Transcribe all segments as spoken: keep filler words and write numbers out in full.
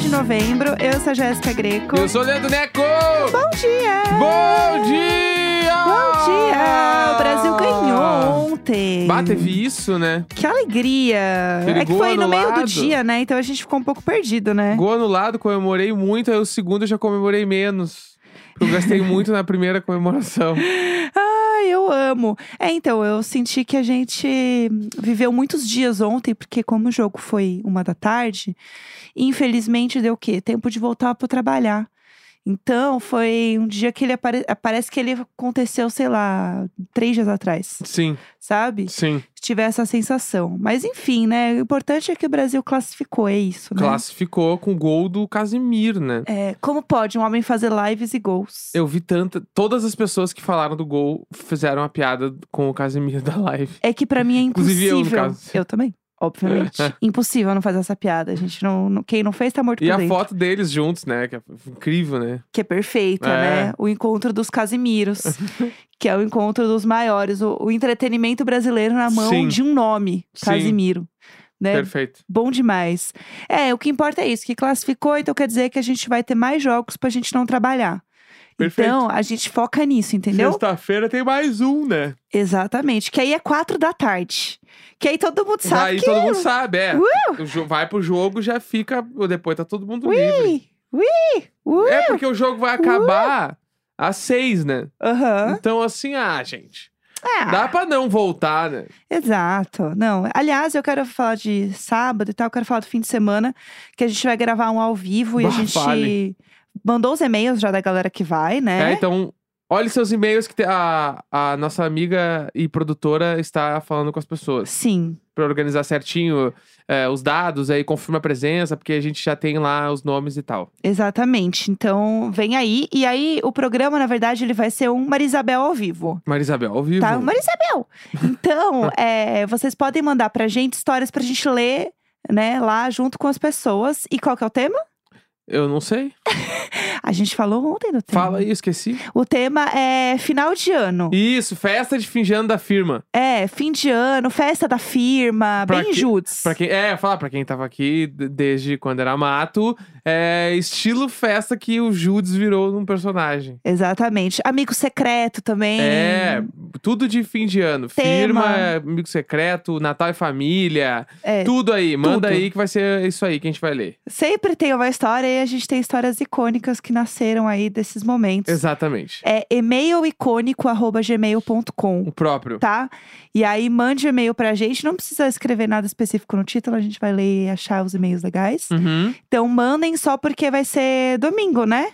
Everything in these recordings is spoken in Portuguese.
de novembro. Eu sou a Jéssica Greco. Eu sou o Leandro Neco! Bom dia! Bom dia! Bom dia! O Brasil ganhou ontem. Bah, teve isso, né? Que alegria! Aquele é que gol foi no meio do anulado. dia, né? Então a gente ficou um pouco perdido, né? Gol anulado, comemorei muito. Aí o segundo eu já comemorei menos. Porque eu gastei muito na primeira comemoração. Ai, eu amo. É, então, eu senti que a gente viveu muitos dias ontem, porque como o jogo foi uma da tarde, infelizmente deu o quê? Tempo de voltar pro trabalhar. Então, foi um dia que ele apare... parece que ele aconteceu, sei lá, três dias atrás, Sim, sabe? sim. Tive essa sensação. Mas enfim, né? O importante é que o Brasil classificou, é isso, né? Classificou com o gol do Casimiro, né? É, como pode um homem fazer lives e gols? Eu vi tanta... Todas as pessoas que falaram do gol fizeram uma piada com o Casimiro da live. É que pra mim é Inclusive impossível. eu, no caso. Eu também. Obviamente. Impossível não fazer essa piada. A gente não, não- quem não fez tá morto E por a dentro. foto deles juntos, né? Que é incrível, né? Que é perfeita, É. né? O encontro dos Casimiros. Que é o encontro dos maiores. O, o entretenimento brasileiro na mão Sim. de um nome. Sim. Casimiro. Né? Perfeito. Bom demais. É, o que importa é isso. Que classificou, então quer dizer que a gente vai ter mais jogos pra gente não trabalhar. Perfeito. Então, a gente foca nisso, entendeu? Sexta-feira tem mais um, né? Exatamente. Que aí é quatro da tarde. Que aí todo mundo sabe Daí que... todo mundo sabe, é. Uh! O jo- vai pro jogo, já fica. Depois tá todo mundo livre. Ui, ui, ui. É porque o jogo vai acabar às seis, né? Aham. Então, assim, ah, gente. Ah, Dá pra não voltar, né? exato. Não, aliás, eu quero falar de sábado e tal, eu quero falar do fim de semana, que a gente vai gravar um ao vivo e a Bah, gente fale. mandou os e-mails já da galera que vai, né? É, então. Olhe seus e-mails que te- a, a nossa amiga e produtora está falando com as pessoas. Sim, Pra organizar certinho é, os dados, aí confirma a presença, porque a gente já tem lá os nomes e tal. exatamente. Então, vem aí. E aí, o programa, na verdade, ele vai ser um Marisabel ao vivo. Marisabel, ao vivo. Tá? Marisabel! Então, é, vocês podem mandar pra gente histórias pra gente ler, né, lá junto com as pessoas. E qual que é o tema? Eu não sei. A gente falou ontem do tema. Fala aí, esqueci. O tema é final de ano. Isso, festa de fim de ano da firma. É, fim de ano, festa da firma, Pra bem que- Judes. Pra quem, é, falar pra quem tava aqui d- desde quando era mato, é estilo festa que o Judes virou num personagem. Exatamente. Amigo secreto também. É, tudo de fim de ano. Tema. Firma, amigo secreto, Natal e família, É, tudo aí. Manda tudo. aí que vai ser isso aí que a gente vai ler. Sempre tem uma história e a gente tem histórias icônicas que nasceram aí desses momentos. Exatamente. É e-mail icônico arroba gmail ponto com. O próprio. Tá? E aí, mande e-mail pra gente. Não precisa escrever nada específico no título, a gente vai ler e achar os e-mails legais. Uhum. Então, mandem só porque vai ser domingo, né?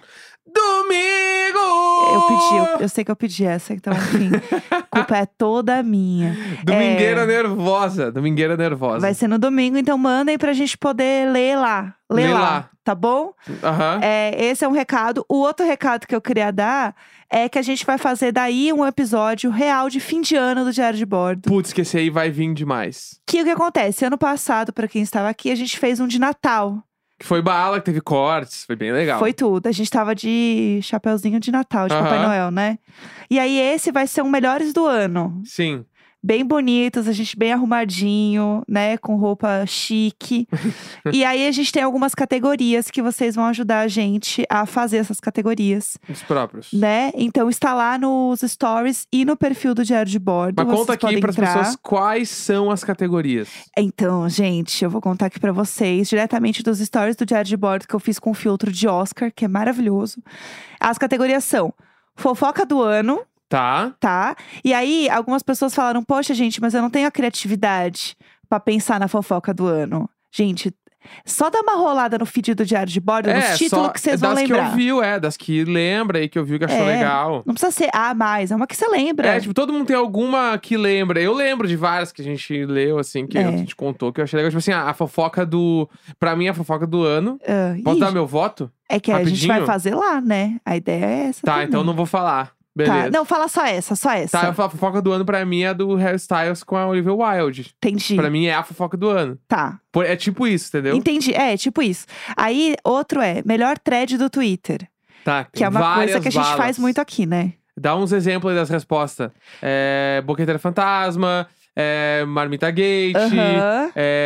Domingo! Eu pedi, eu, eu sei que eu pedi essa, então, enfim. A culpa é toda minha. Domingueira É, nervosa. Domingueira nervosa. vai ser no domingo, então mandem pra gente poder ler lá. Ler Lê lá, lá. tá bom? Aham. É, esse é um recado. O outro recado que eu queria dar é que a gente vai fazer daí um episódio real de fim de ano do Diário de Bordo. Putz, que esse aí vai vir demais. Que o que acontece? Ano passado, pra quem estava aqui, a gente fez um de Natal. Que foi bala, que teve cortes, foi bem legal. Foi tudo. A gente tava de chapeuzinho de Natal, de Papai Aham. Noel, né? E aí esse vai ser um melhores do ano. Sim. Bem bonitos, a gente bem arrumadinho, né? Com roupa chique. E aí a gente tem algumas categorias que vocês vão ajudar a gente a fazer essas categorias, Os próprios. né? Então está lá nos stories e no perfil do Diário de Bordo. Mas vocês conta aqui podem pras entrar. pessoas quais são as categorias. Então, gente, eu vou contar aqui pra vocês, diretamente dos stories do Diário de Bordo que eu fiz com o filtro de Oscar, que é maravilhoso. As categorias são fofoca do ano, Tá? tá? E aí, algumas pessoas falaram, poxa, gente, mas eu não tenho a criatividade pra pensar na fofoca do ano. Gente, só dá uma rolada no feed do Diário de Bordo, nos títulos que vocês vão das lembrar. que ouviu, é, das que lembra e que ouviu que achou É. legal. Não precisa ser a mais, é uma que você lembra. É, tipo, todo mundo tem alguma que lembra. Eu lembro de várias que a gente leu, assim, que É. a gente contou, que eu achei legal. Tipo assim, a, a fofoca do... Pra mim, a fofoca do ano. Ah, Posso ih, dar meu voto? é que a gente rapidinho? vai fazer lá, né? A ideia é essa Tá, também. então não vou falar. Beleza. Tá, não, fala só essa, só essa. Tá, eu falo, a fofoca do ano pra mim é a do Harry Styles com a Olivia Wilde. Entendi. Pra mim é a fofoca do ano. Tá. Por- É tipo isso, entendeu? Entendi. É, tipo isso. Aí, outro é, melhor thread do Twitter. Tá, Que é uma coisa várias que a gente balas. faz muito aqui, né? Dá uns exemplos aí das respostas. É, Boqueteira Fantasma, é, Marmita Gate, Aham.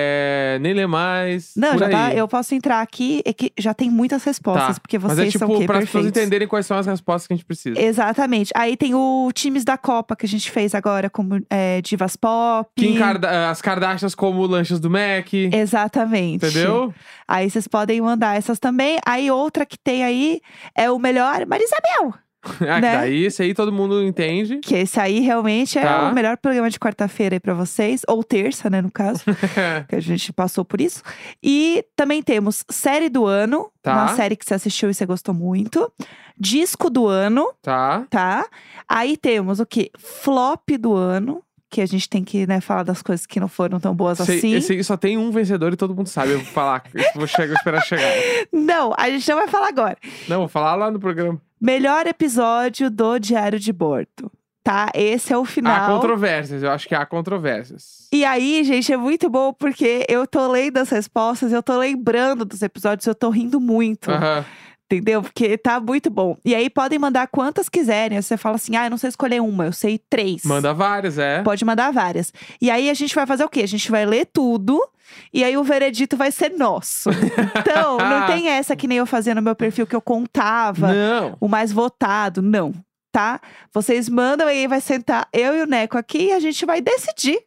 é, nem lê mais. Não, por já tá. aí. Eu posso entrar aqui, é que já tem muitas respostas, Tá. porque Mas vocês é tipo são o quê? para as pessoas Perfeitos. entenderem quais são as respostas que a gente precisa. Exatamente. Aí tem o times da Copa que a gente fez agora, como é, divas pop. Kim Karda- as Kardashians como lanchas do Mac. Exatamente. Entendeu? Aí vocês podem mandar essas também. Aí outra que tem aí é o melhor Marisabel. Ah, né? Daí, esse aí todo mundo entende. Que esse aí realmente é Tá. o melhor programa de quarta-feira aí pra vocês. Ou terça, né, no caso. Que a gente passou por isso. E também temos série do ano. Tá. Uma série que você assistiu e você gostou muito. Disco do ano, Tá. tá? Aí temos o quê? Flop do ano. Que a gente tem que, né, falar das coisas que não foram tão boas Esse, assim. esse aí só tem um vencedor e todo mundo sabe. Eu vou falar. Eu vou, chegar, vou esperar chegar. Não, a gente não vai falar agora. Não, vou falar lá no programa. Melhor episódio do Diário de Bordo, tá? Esse é o Há final. controvérsias. Eu acho que há controvérsias. E aí, gente, é muito bom porque eu tô lendo as respostas, eu tô lembrando dos episódios, eu tô rindo muito. Aham. Entendeu? Porque tá muito bom. E aí podem mandar quantas quiserem. Você fala assim, ah, eu não sei escolher uma, eu sei três. Manda várias, é. Pode mandar várias. E aí a gente vai fazer o quê? A gente vai ler tudo e aí o veredito vai ser nosso. Então, não tem essa que nem eu fazia no meu perfil que eu contava Não. o mais votado. Não, tá? Vocês mandam e aí vai sentar eu e o Neco aqui e a gente vai decidir.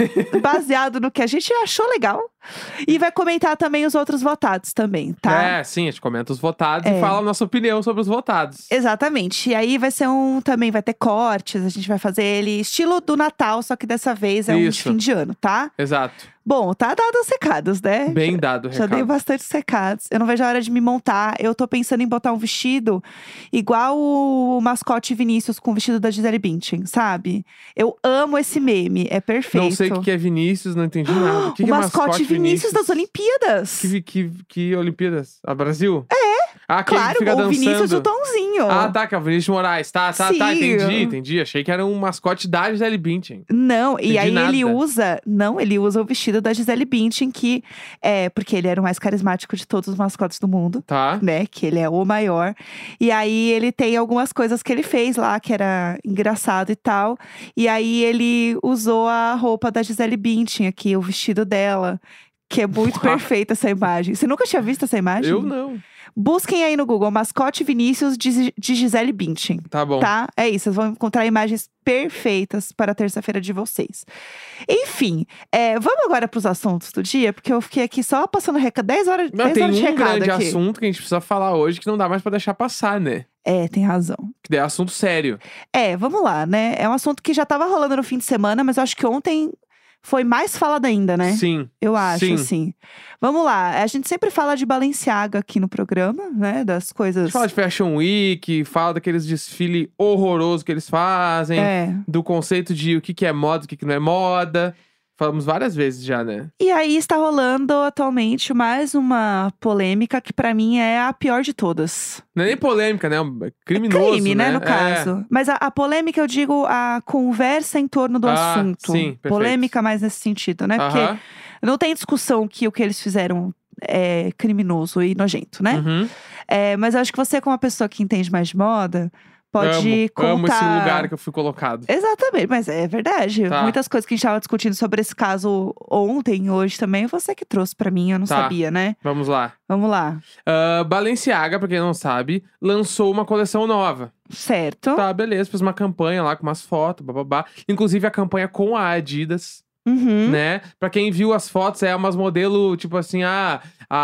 Baseado no que a gente achou legal. E vai comentar também os outros votados também, tá? É, sim, a gente comenta os votados É. e fala a nossa opinião sobre os votados. Exatamente. E aí vai ser um. Também vai ter cortes. A gente vai fazer ele estilo do Natal, só que dessa vez é um de Isso. fim de ano, tá? Exato. Bom, tá dado os recados, né? Bem dado o Já dei recado. bastante recados. Eu não vejo a hora de me montar. Eu tô pensando em botar um vestido igual o mascote Vinícius com o vestido da Gisele Bündchen, sabe? Eu amo esse meme. É perfeito. Não sei o que que é Vinícius, não entendi nada. O que o que é mascote Vinícius das Olimpíadas. Que, que, que Olimpíadas? A Brasil? É. Ah, quem Claro, fica o dançando. Vinícius e o Tomzinho. Ah, tá, que é o Vinícius de Moraes. Tá, tá, tá, Sim. entendi, entendi. Achei que era um mascote da Gisele Bündchen. Não, Entendi e aí nada. ele usa. Não, ele usa o vestido da Gisele Bündchen, que é porque ele era o mais carismático de todos os mascotes do mundo. Tá. Né, que ele é o maior. E aí ele tem algumas coisas que ele fez lá, que era engraçado e tal. E aí ele usou a roupa da Gisele Bündchen aqui, o vestido dela. Que é muito Uau. perfeita essa imagem. Você nunca tinha visto essa imagem? Eu não. Busquem aí no Google, mascote Vinícius de, de Gisele Bündchen. Tá bom. Tá? É isso, vocês vão encontrar imagens perfeitas para a terça-feira de vocês. Enfim, é, vamos agora para os assuntos do dia, porque eu fiquei aqui só passando recado, dez horas, Não, dez tem horas de um recado grande aqui. assunto que a gente precisa falar hoje que não dá mais pra deixar passar, né? É, tem razão. Que é assunto sério. É, vamos lá, né? É um assunto que já tava rolando no fim de semana, mas eu acho que ontem foi mais falado ainda, né? Sim. Eu acho, Sim. assim. Vamos lá, a gente sempre fala de Balenciaga aqui no programa, né? Das A coisas. gente fala de Fashion Week, fala daqueles desfile horroroso que eles fazem, É. do conceito de o que, que é moda, o que, que não é moda. Falamos várias vezes já, né? E aí está rolando atualmente mais uma polêmica que pra mim é a pior de todas. Não é nem polêmica, né? É criminoso, Crime, né, no É. caso. Mas a, a polêmica, eu digo, a conversa em torno do Ah, assunto. sim, perfeito. Polêmica mais nesse sentido, né? Porque Aham. não tem discussão que o que eles fizeram é criminoso e nojento, né? Uhum. É, mas eu acho que você, como uma pessoa que entende mais de moda, pode amo, contar. amo esse lugar que eu fui colocado. Exatamente, mas é verdade. Tá. Muitas coisas que a gente tava discutindo sobre esse caso ontem, hoje também, você que trouxe pra mim, eu não Tá. sabia, né? Vamos lá. Vamos lá. Ah, Balenciaga, pra quem não sabe, lançou uma coleção nova. Certo. Tá, beleza. Fez uma campanha lá com umas fotos, bababá. Inclusive a campanha com a Adidas. Uhum. Né? Pra quem viu as fotos, é umas modelo, tipo assim, ah,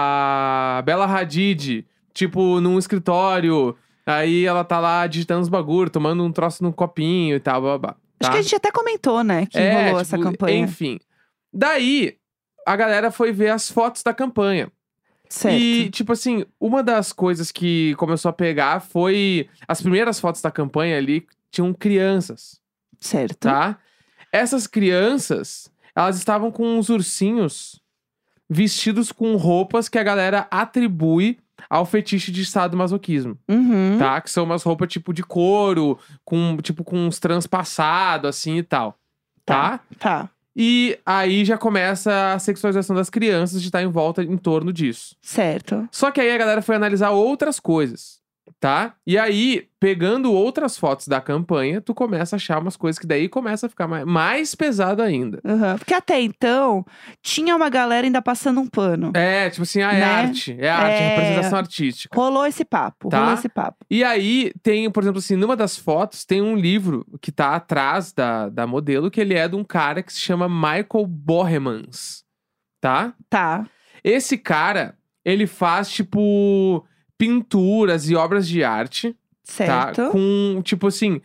a Bella Hadid, tipo, num escritório. Aí ela tá lá digitando os bagulho, tomando um troço num copinho e tal, babá. Acho Tá? que a gente até comentou, né, que É, rolou essa tipo, campanha. Enfim. Daí, a galera foi ver as fotos da campanha. Certo. E, tipo assim, uma das coisas que começou a pegar foi... As primeiras fotos da campanha ali tinham crianças, Certo. tá? Essas crianças, elas estavam com uns ursinhos vestidos com roupas que a galera atribui ao fetiche de sadomasoquismo, Uhum. tá? Que são umas roupas tipo de couro, com, tipo com uns transpassados, assim e tal, tá? Tá. E aí já começa a sexualização das crianças de estar em volta em torno disso. Certo. Só que aí a galera foi analisar outras coisas, Tá? E aí, pegando outras fotos da campanha, tu começa a achar umas coisas que daí começa a ficar mais, mais pesado ainda. Uhum. Porque até então, tinha uma galera ainda passando um pano. É, tipo assim, ah, é Né? arte. É arte, é É. representação artística. Rolou esse papo, Tá. rolou esse papo. E aí, tem, por exemplo assim, numa das fotos, tem um livro que tá atrás da, da modelo, que ele é de um cara que se chama Michael Bohemans. Tá? Tá, Esse cara, ele faz, tipo, pinturas e obras de arte. certo. Tá? Com, tipo assim,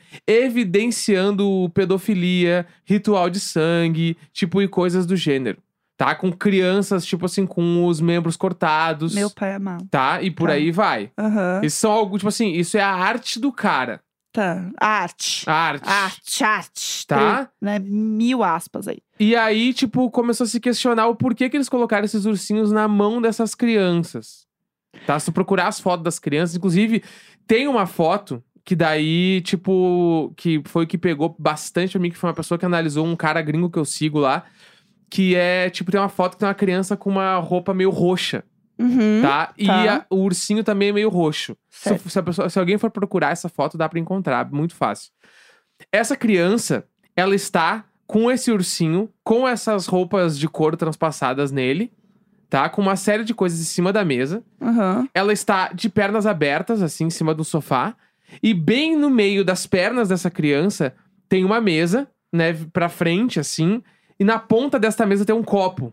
evidenciando pedofilia, ritual de sangue, tipo, e coisas do gênero. Tá? Com crianças, tipo assim, com os membros cortados. Meu pai amado. Tá? E por Tá. aí vai. Aham, Isso são algo, tipo assim, isso é a arte do cara. tá. Arte. A arte. Arte, arte. Tá. Tri- Né? Mil aspas aí. E aí, tipo, começou a se questionar o porquê que eles colocaram esses ursinhos na mão dessas crianças. Tá? Se tu procurar as fotos das crianças, inclusive, tem uma foto que daí, tipo, que foi o que pegou bastante pra mim, que foi uma pessoa que analisou um cara gringo que eu sigo lá, que é, tipo, tem uma foto que tem uma criança com uma roupa meio roxa, Uhum. tá? E tá. a- o ursinho também é meio roxo. Se, Certo. se a pessoa- se alguém for procurar essa foto, dá pra encontrar, muito fácil. Essa criança, ela está com esse ursinho, com essas roupas de couro transpassadas nele, tá? Com uma série de coisas em cima da mesa. Uhum. Ela está de pernas abertas, assim, em cima do sofá. E bem no meio das pernas dessa criança, tem uma mesa, né, pra frente, assim. E na ponta desta mesa tem um copo.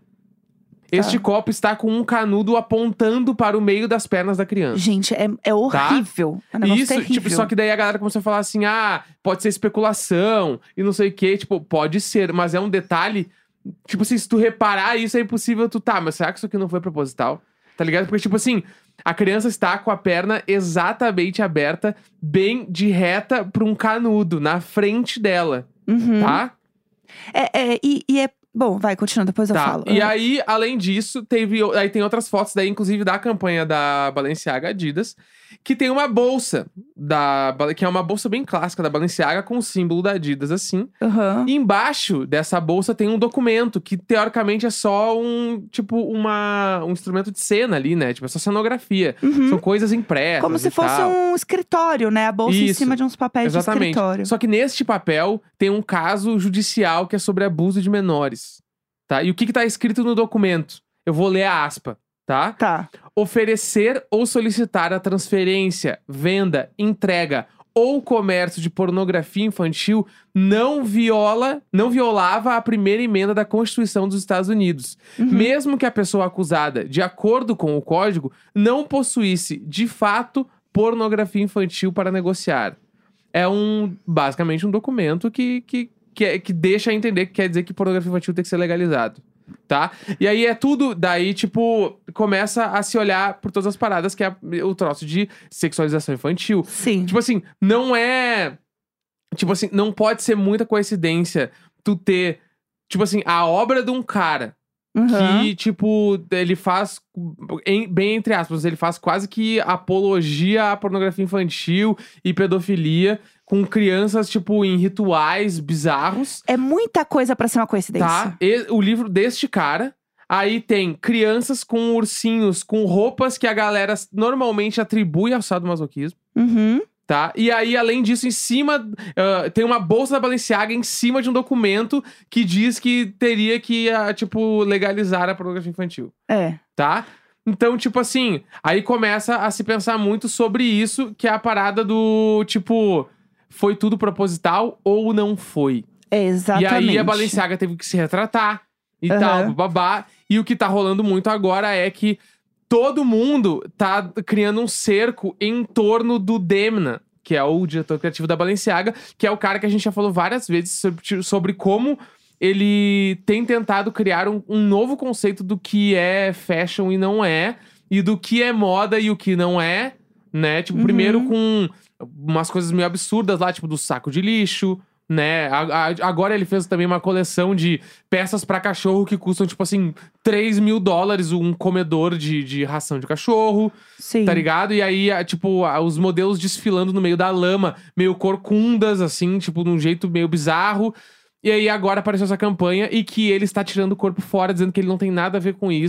Este copo está com um canudo apontando para o meio das pernas da criança. Gente, é, é horrível. É um negócio Isso, terrível. tipo, só que daí a galera começou a falar assim, ah, pode ser especulação e não sei o quê. Tipo, pode ser, mas é um detalhe. Tipo assim, se tu reparar isso, é impossível tu tá, mas será que isso aqui não foi proposital? Tá ligado? Porque, tipo assim, a criança está com a perna exatamente aberta, bem de reta pra um canudo, na frente dela, Uhum. tá? É, é, e, e é... Bom, vai, continua, depois eu Tá. falo. E aí, além disso, teve. Aí tem outras fotos daí, inclusive, da campanha da Balenciaga Adidas, que tem uma bolsa da. Que é uma bolsa bem clássica da Balenciaga, com o símbolo da Adidas, assim. Aham. E embaixo dessa bolsa tem um documento que, teoricamente, é só um. Tipo, uma, um instrumento de cena ali, né? Tipo, é só cenografia. Uhum. São coisas impressas. Como se e fosse tal. um escritório, né? A bolsa em Isso. cima de uns papéis de Exatamente. escritório. Só que neste papel tem um caso judicial que é sobre abuso de menores. Tá? E o que, que tá escrito no documento? Eu vou ler a aspa, tá? Tá. Oferecer ou solicitar a transferência, venda, entrega ou comércio de pornografia infantil não viola, não violava a primeira emenda da Constituição dos Estados Unidos. Uhum. Mesmo que a pessoa acusada, de acordo com o código, não possuísse, de fato, pornografia infantil para negociar. É um, basicamente, um documento que, que, que, é- que deixa entender que quer dizer que pornografia infantil tem que ser legalizado. Tá? E aí é tudo, daí, tipo, começa a se olhar por todas as paradas, que é o troço de sexualização infantil. Sim. Tipo assim, não é. Tipo assim, não pode ser muita coincidência tu ter, tipo assim, a obra de um cara Uhum. que, tipo, ele faz, em- bem entre aspas, ele faz quase que apologia à pornografia infantil e pedofilia com crianças, tipo, em rituais bizarros. É muita coisa pra ser uma coincidência. Tá? E- o livro deste cara. Aí tem crianças com ursinhos, com roupas que a galera normalmente atribui ao sadomasoquismo, Uhum. tá? E aí, além disso, em cima, ah, tem uma bolsa da Balenciaga em cima de um documento que diz que teria que, ah, tipo, legalizar a pornografia infantil, É. tá? Então, tipo assim, aí começa a se pensar muito sobre isso, que é a parada do, tipo, foi tudo proposital ou não foi? É, exatamente. E aí a Balenciaga teve que se retratar e Aham. tal, babá. E o que tá rolando muito agora é que todo mundo tá criando um cerco em torno do Demna, que é o diretor criativo da Balenciaga, que é o cara que a gente já falou várias vezes sobre, sobre como ele tem tentado criar um, um novo conceito do que é fashion e não é, e do que é moda e o que não é, né? Tipo, Uhum. primeiro com umas coisas meio absurdas lá, tipo do saco de lixo, né? A- a- agora ele fez também uma coleção de peças pra cachorro que custam, tipo assim, três mil dólares um comedor de, de ração de cachorro, Sim. tá ligado? E aí, a- tipo, a- os modelos desfilando no meio da lama, meio corcundas, assim, tipo, de um jeito meio bizarro. E aí agora apareceu essa campanha e que ele está tirando o corpo fora, dizendo que ele não tem nada a ver com isso.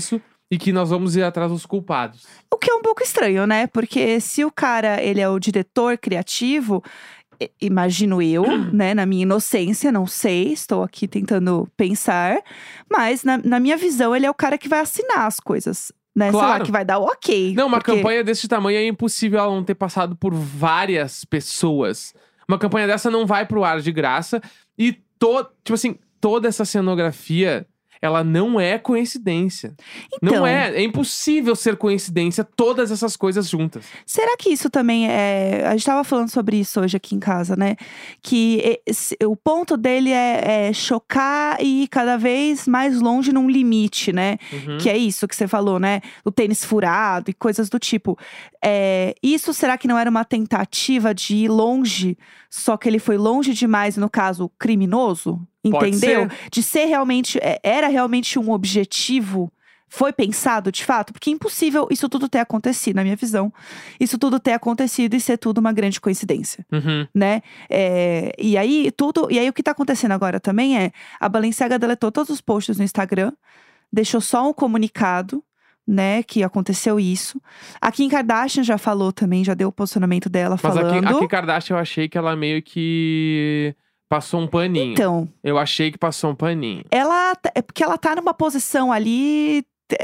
e que nós vamos ir atrás dos culpados. O que é um pouco estranho, né? Porque se o cara, ele é o diretor criativo, i- imagino eu, né? Na minha inocência, não sei, estou aqui tentando pensar. Mas na, na minha visão, ele é o cara que vai assinar as coisas, né? Sei lá, Claro. que vai dar o ok. Não, uma porque- campanha desse tamanho é impossível ela não ter passado por várias pessoas. Uma campanha dessa não vai pro ar de graça. E, to, tipo assim, toda essa cenografia, ela não é coincidência. Então, Não é. É impossível ser coincidência todas essas coisas juntas. será que isso também é. A gente tava falando sobre isso hoje aqui em casa, né? Que esse- o ponto dele é, é chocar e ir cada vez mais longe num limite, né? Uhum. Que é isso que você falou, né? O tênis furado e coisas do tipo. É, isso será que não era uma tentativa de ir longe, só que ele foi longe demais, no caso, criminoso? Pode Entendeu? ser. De ser realmente. é, Era realmente um objetivo. Foi pensado de fato? Porque é impossível isso tudo ter acontecido, na minha visão. Isso tudo ter acontecido e ser tudo uma grande coincidência, Uhum. né? É, e aí, tudo. E aí, o que tá acontecendo agora também é: a Balenciaga deletou todos os posts no Instagram, deixou só um comunicado, né? Que aconteceu isso. A Kim Kardashian já falou também, já deu o posicionamento dela Mas a falando. Kim, a Kim Kardashian eu achei que ela meio que passou um paninho. Então, Eu achei que passou um paninho. ela. É porque ela tá numa posição ali.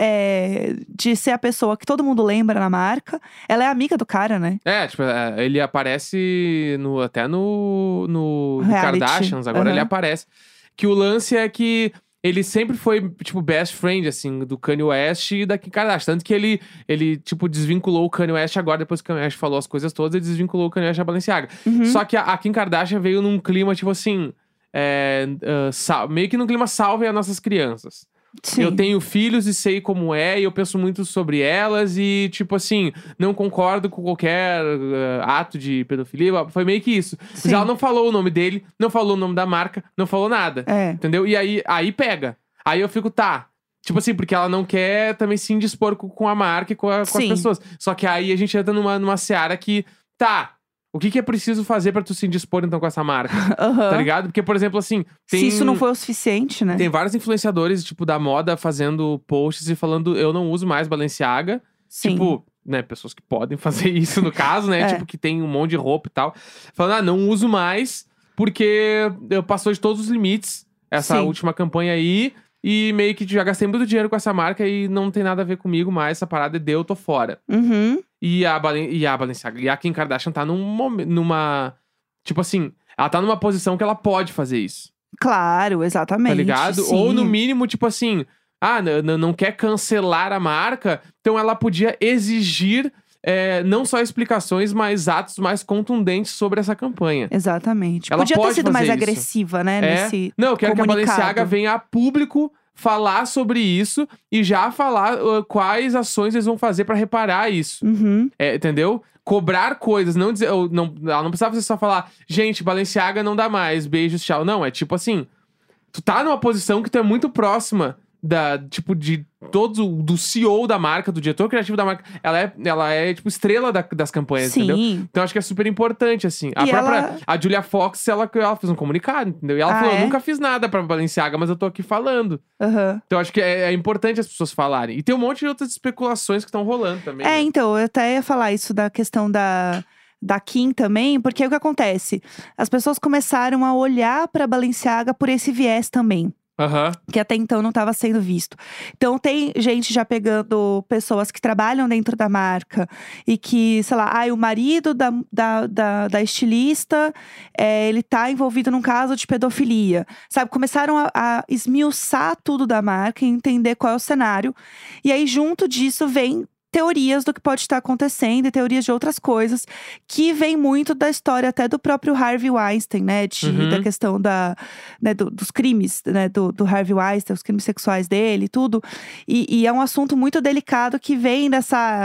é, de ser a pessoa que todo mundo lembra na marca. Ela é amiga do cara, né? É, tipo, é, ele aparece no, até no, no The Reality. Kardashians, agora ele Aham. aparece. Que o lance é que ele sempre foi, tipo, best friend, assim, do Kanye West e da Kim Kardashian. Tanto que ele, ele tipo, desvinculou o Kanye West agora, depois que o Kanye West falou as coisas todas, ele desvinculou o Kanye West da Balenciaga. Uhum. Só que a, a Kim Kardashian veio num clima, tipo assim, é, ah, sal- meio que num clima salve as nossas crianças. Sim. Eu tenho filhos e sei como é, e eu penso muito sobre elas, e, tipo assim, não concordo com qualquer uh, ato de pedofilia. Foi meio que isso. Mas Sim. ela não falou o nome dele, não falou o nome da marca, não falou nada. É. Entendeu? E aí, aí pega. Aí eu fico, tá. Tipo assim, porque ela não quer também se indispor com, com a marca e com, a- com as Sim. pessoas. Só que aí a gente entra numa, numa seara que, tá. O que, que é preciso fazer pra tu se indispor, então, com essa marca? Aham. Tá ligado? Porque, por exemplo, assim. Tem... Se isso não foi o suficiente, né? Tem vários influenciadores, tipo, da moda fazendo posts e falando, eu não uso mais Balenciaga. Sim. Tipo, né, pessoas que podem fazer isso no caso, né? É. Tipo, que tem um monte de roupa e tal. Falando, ah, não uso mais, porque eu passou de todos os limites essa Sim. última campanha aí. E meio que já gastei muito dinheiro com essa marca e não tem nada a ver comigo mais. Essa parada deu, eu tô fora. Uhum. E a, Balen e a Balenciaga, e a Kim Kardashian tá num momen- numa... Tipo assim, ela tá numa posição que ela pode fazer isso. Claro, exatamente. Tá ligado? Sim. Ou no mínimo, tipo assim, ah, n- n- não quer cancelar a marca, então ela podia exigir é, não só explicações, mas atos mais contundentes sobre essa campanha. Exatamente. Ela Podia ter pode sido mais fazer isso. agressiva, né? É. Nesse Não, eu quero que a comunicado. Balenciaga venha a público falar sobre isso e já falar uh, quais ações eles vão fazer pra reparar isso. Uhum. É, entendeu? Cobrar coisas, não dizer. ou Não, ela não precisava você só falar, gente, Balenciaga não dá mais, beijos, tchau. Não, é tipo assim. Tu tá numa posição que tu é muito próxima da, tipo, de todos, o- do C E O da marca, do diretor criativo da marca. Ela é, ela é tipo, estrela da- das campanhas, entendeu? Sim. Então acho que é super importante, assim. A E própria. ela- A Julia Fox, ela, ela fez um comunicado, entendeu? E ela Ah, falou: é? eu nunca fiz nada pra Balenciaga, mas eu tô aqui falando. Aham. Então acho que é, é importante as pessoas falarem. E tem um monte de outras especulações que estão rolando também. É, né? então, eu até ia falar isso da questão da, da Kim também, porque o que acontece? As pessoas começaram a olhar pra Balenciaga por esse viés também. Aham. Que até então não estava sendo visto. Então tem gente já pegando pessoas que trabalham dentro da marca e que, sei lá, ah, o marido da, da, da, da estilista, é, ele tá envolvido num caso de pedofilia. Sabe, começaram a, a esmiuçar tudo da marca e entender qual é o cenário. E aí, junto disso, vem teorias do que pode estar acontecendo e teorias de outras coisas, que vem muito da história até do próprio Harvey Weinstein, né? De, Uhum. Da questão da, né, do- dos crimes, né? Do, do Harvey Weinstein, os crimes sexuais dele e tudo. E, e é um assunto muito delicado que vem dessa...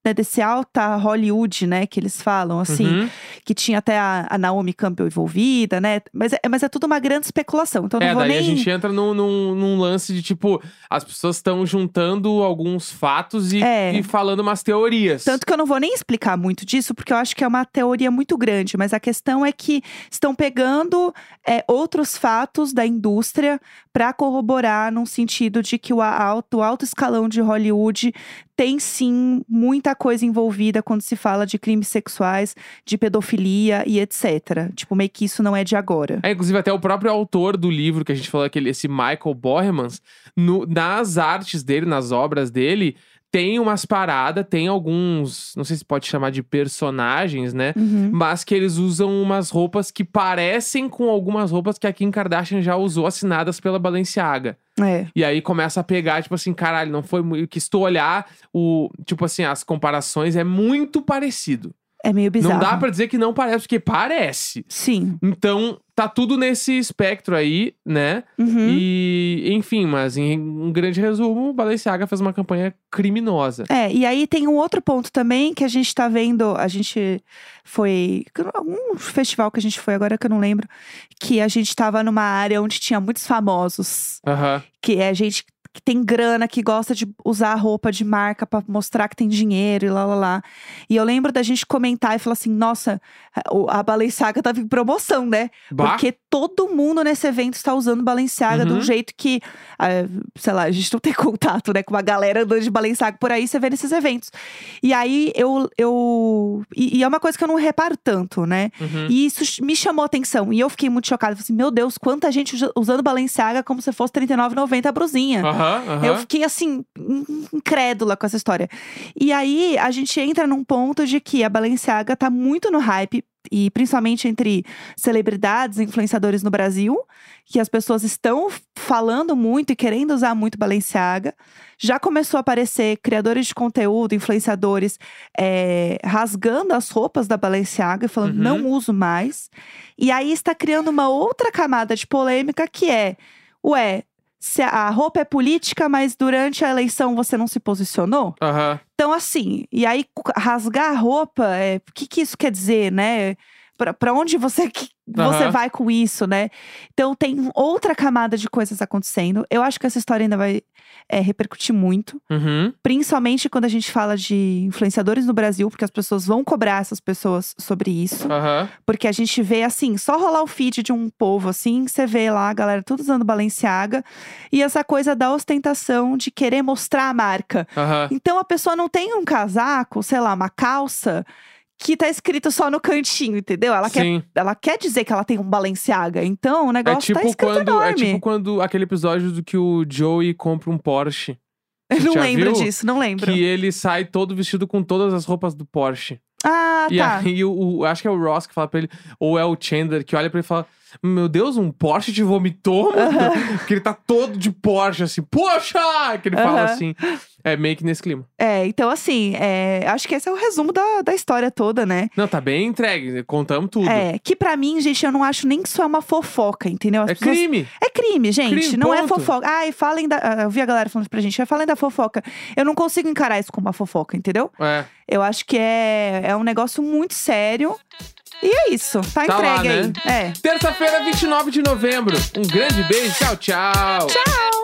né, desse alta Hollywood, né, que eles falam, assim. Uhum. Que tinha até a, a Naomi Campbell envolvida, né? Mas é, mas é tudo uma grande especulação, então não É, vou daí nem... a gente entra num, num, num lance de, tipo, as pessoas estão juntando alguns fatos e, É. e falando umas teorias. Tanto que eu não vou nem explicar muito disso, porque eu acho que é uma teoria muito grande. Mas a questão é que estão pegando é, outros fatos da indústria para corroborar num sentido de que o alto, o alto escalão de Hollywood tem sim muita coisa envolvida quando se fala de crimes sexuais, de pedofilia e etcétera. Tipo, meio que isso não é de agora. É, inclusive, até o próprio autor do livro que a gente falou, aquele, esse Michael Bohermans, no, nas artes dele, nas obras dele, tem umas paradas, tem alguns, não sei se pode chamar de personagens, né? Uhum. Mas que eles usam umas roupas que parecem com algumas roupas que a Kim Kardashian já usou, assinadas pela Balenciaga. É. E aí começa a pegar, tipo assim, caralho, não foi muito... Que se tu olhar, o, tipo assim, as comparações é muito parecido. É meio bizarro. Não dá pra dizer que não parece, porque parece. Sim. Então, tá tudo nesse espectro aí, né? Uhum. E, enfim, mas em um grande resumo, o Balenciaga fez uma campanha criminosa. É, e aí tem um outro ponto também que a gente tá vendo, a gente foi, algum festival que a gente foi agora que eu não lembro, que a gente tava numa área onde tinha muitos famosos, Aham. que é gente que tem grana, que gosta de usar roupa de marca pra mostrar que tem dinheiro e lá, lá, lá. E eu lembro da gente comentar e falar assim, nossa, a Balenciaga tava em promoção, né? Bah. Porque todo mundo nesse evento está usando Balenciaga Uhum. de um jeito que, ah, sei lá, a gente não tem contato, né? Com uma galera andando de Balenciaga por aí, você vê nesses eventos. E aí, eu... eu e, e é uma coisa que eu não reparo tanto, né? Uhum. E isso me chamou a atenção. E eu fiquei muito chocada. Falei assim, meu Deus, quanta gente usa- usando Balenciaga como se fosse trinta e nove reais e noventa centavos a brusinha. Aham, aham. Eu fiquei assim, in- incrédula com essa história. E aí, a gente entra num ponto de que a Balenciaga tá muito no hype, e principalmente entre celebridades, influenciadores no Brasil, que as pessoas estão falando muito e querendo usar muito Balenciaga. Já começou a aparecer criadores de conteúdo, influenciadores, é, rasgando as roupas da Balenciaga e falando, Uhum. não uso mais. E aí está criando uma outra camada de polêmica que é, ué, se a roupa é política, mas durante a eleição você não se posicionou? Aham. Então, assim, e aí cu- rasgar a roupa, é, o que que isso quer dizer, né? Pra, pra onde você, que- você Aham. vai com isso, né? Então, tem outra camada de coisas acontecendo. Eu acho que essa história ainda vai é, repercutir muito. Uhum. Principalmente quando a gente fala de influenciadores no Brasil, porque as pessoas vão cobrar essas pessoas sobre isso. Aham. Porque a gente vê, assim, só rolar o feed de um povo, assim, você vê lá a galera tudo usando Balenciaga. E essa coisa da ostentação de querer mostrar a marca. Aham. Então, a pessoa não tem um casaco, sei lá, uma calça, que tá escrito só no cantinho, entendeu? Ela, quer, Sim. ela quer dizer que ela tem um Balenciaga. Então, o negócio É tipo, tá escrito quando, enorme. é tipo quando aquele episódio do que o Joey compra um Porsche. Eu não já lembro viu? disso, não lembro. Que ele sai todo vestido com todas as roupas do Porsche. Ah, E tá. aí, o, o- acho que é o Ross que fala pra ele, ou é o Chandler, que olha pra ele e fala: Meu Deus, um Porsche te vomitou, mano? Porque ele tá todo de Porsche, assim, poxa! Que ele fala Aham. assim. É meio que nesse clima. É, então assim, é, acho que esse é o resumo da, da história toda, né? Não, tá bem entregue, contamos tudo. É, que pra mim, gente, eu não acho nem que isso é uma fofoca, entendeu? As É pessoas- crime. É crime, gente, Crime, não é ponto. fofoca. Ai, falem da... ah, eu vi a galera falando pra gente, "Ah, falem da fofoca." Eu não consigo encarar isso como uma fofoca, entendeu? É. Eu acho que é, é um negócio muito sério. E é isso, tá, Tá lá, entregue né? aí. É. Terça-feira, vinte e nove de novembro. Um grande beijo. Tchau, tchau. Tchau!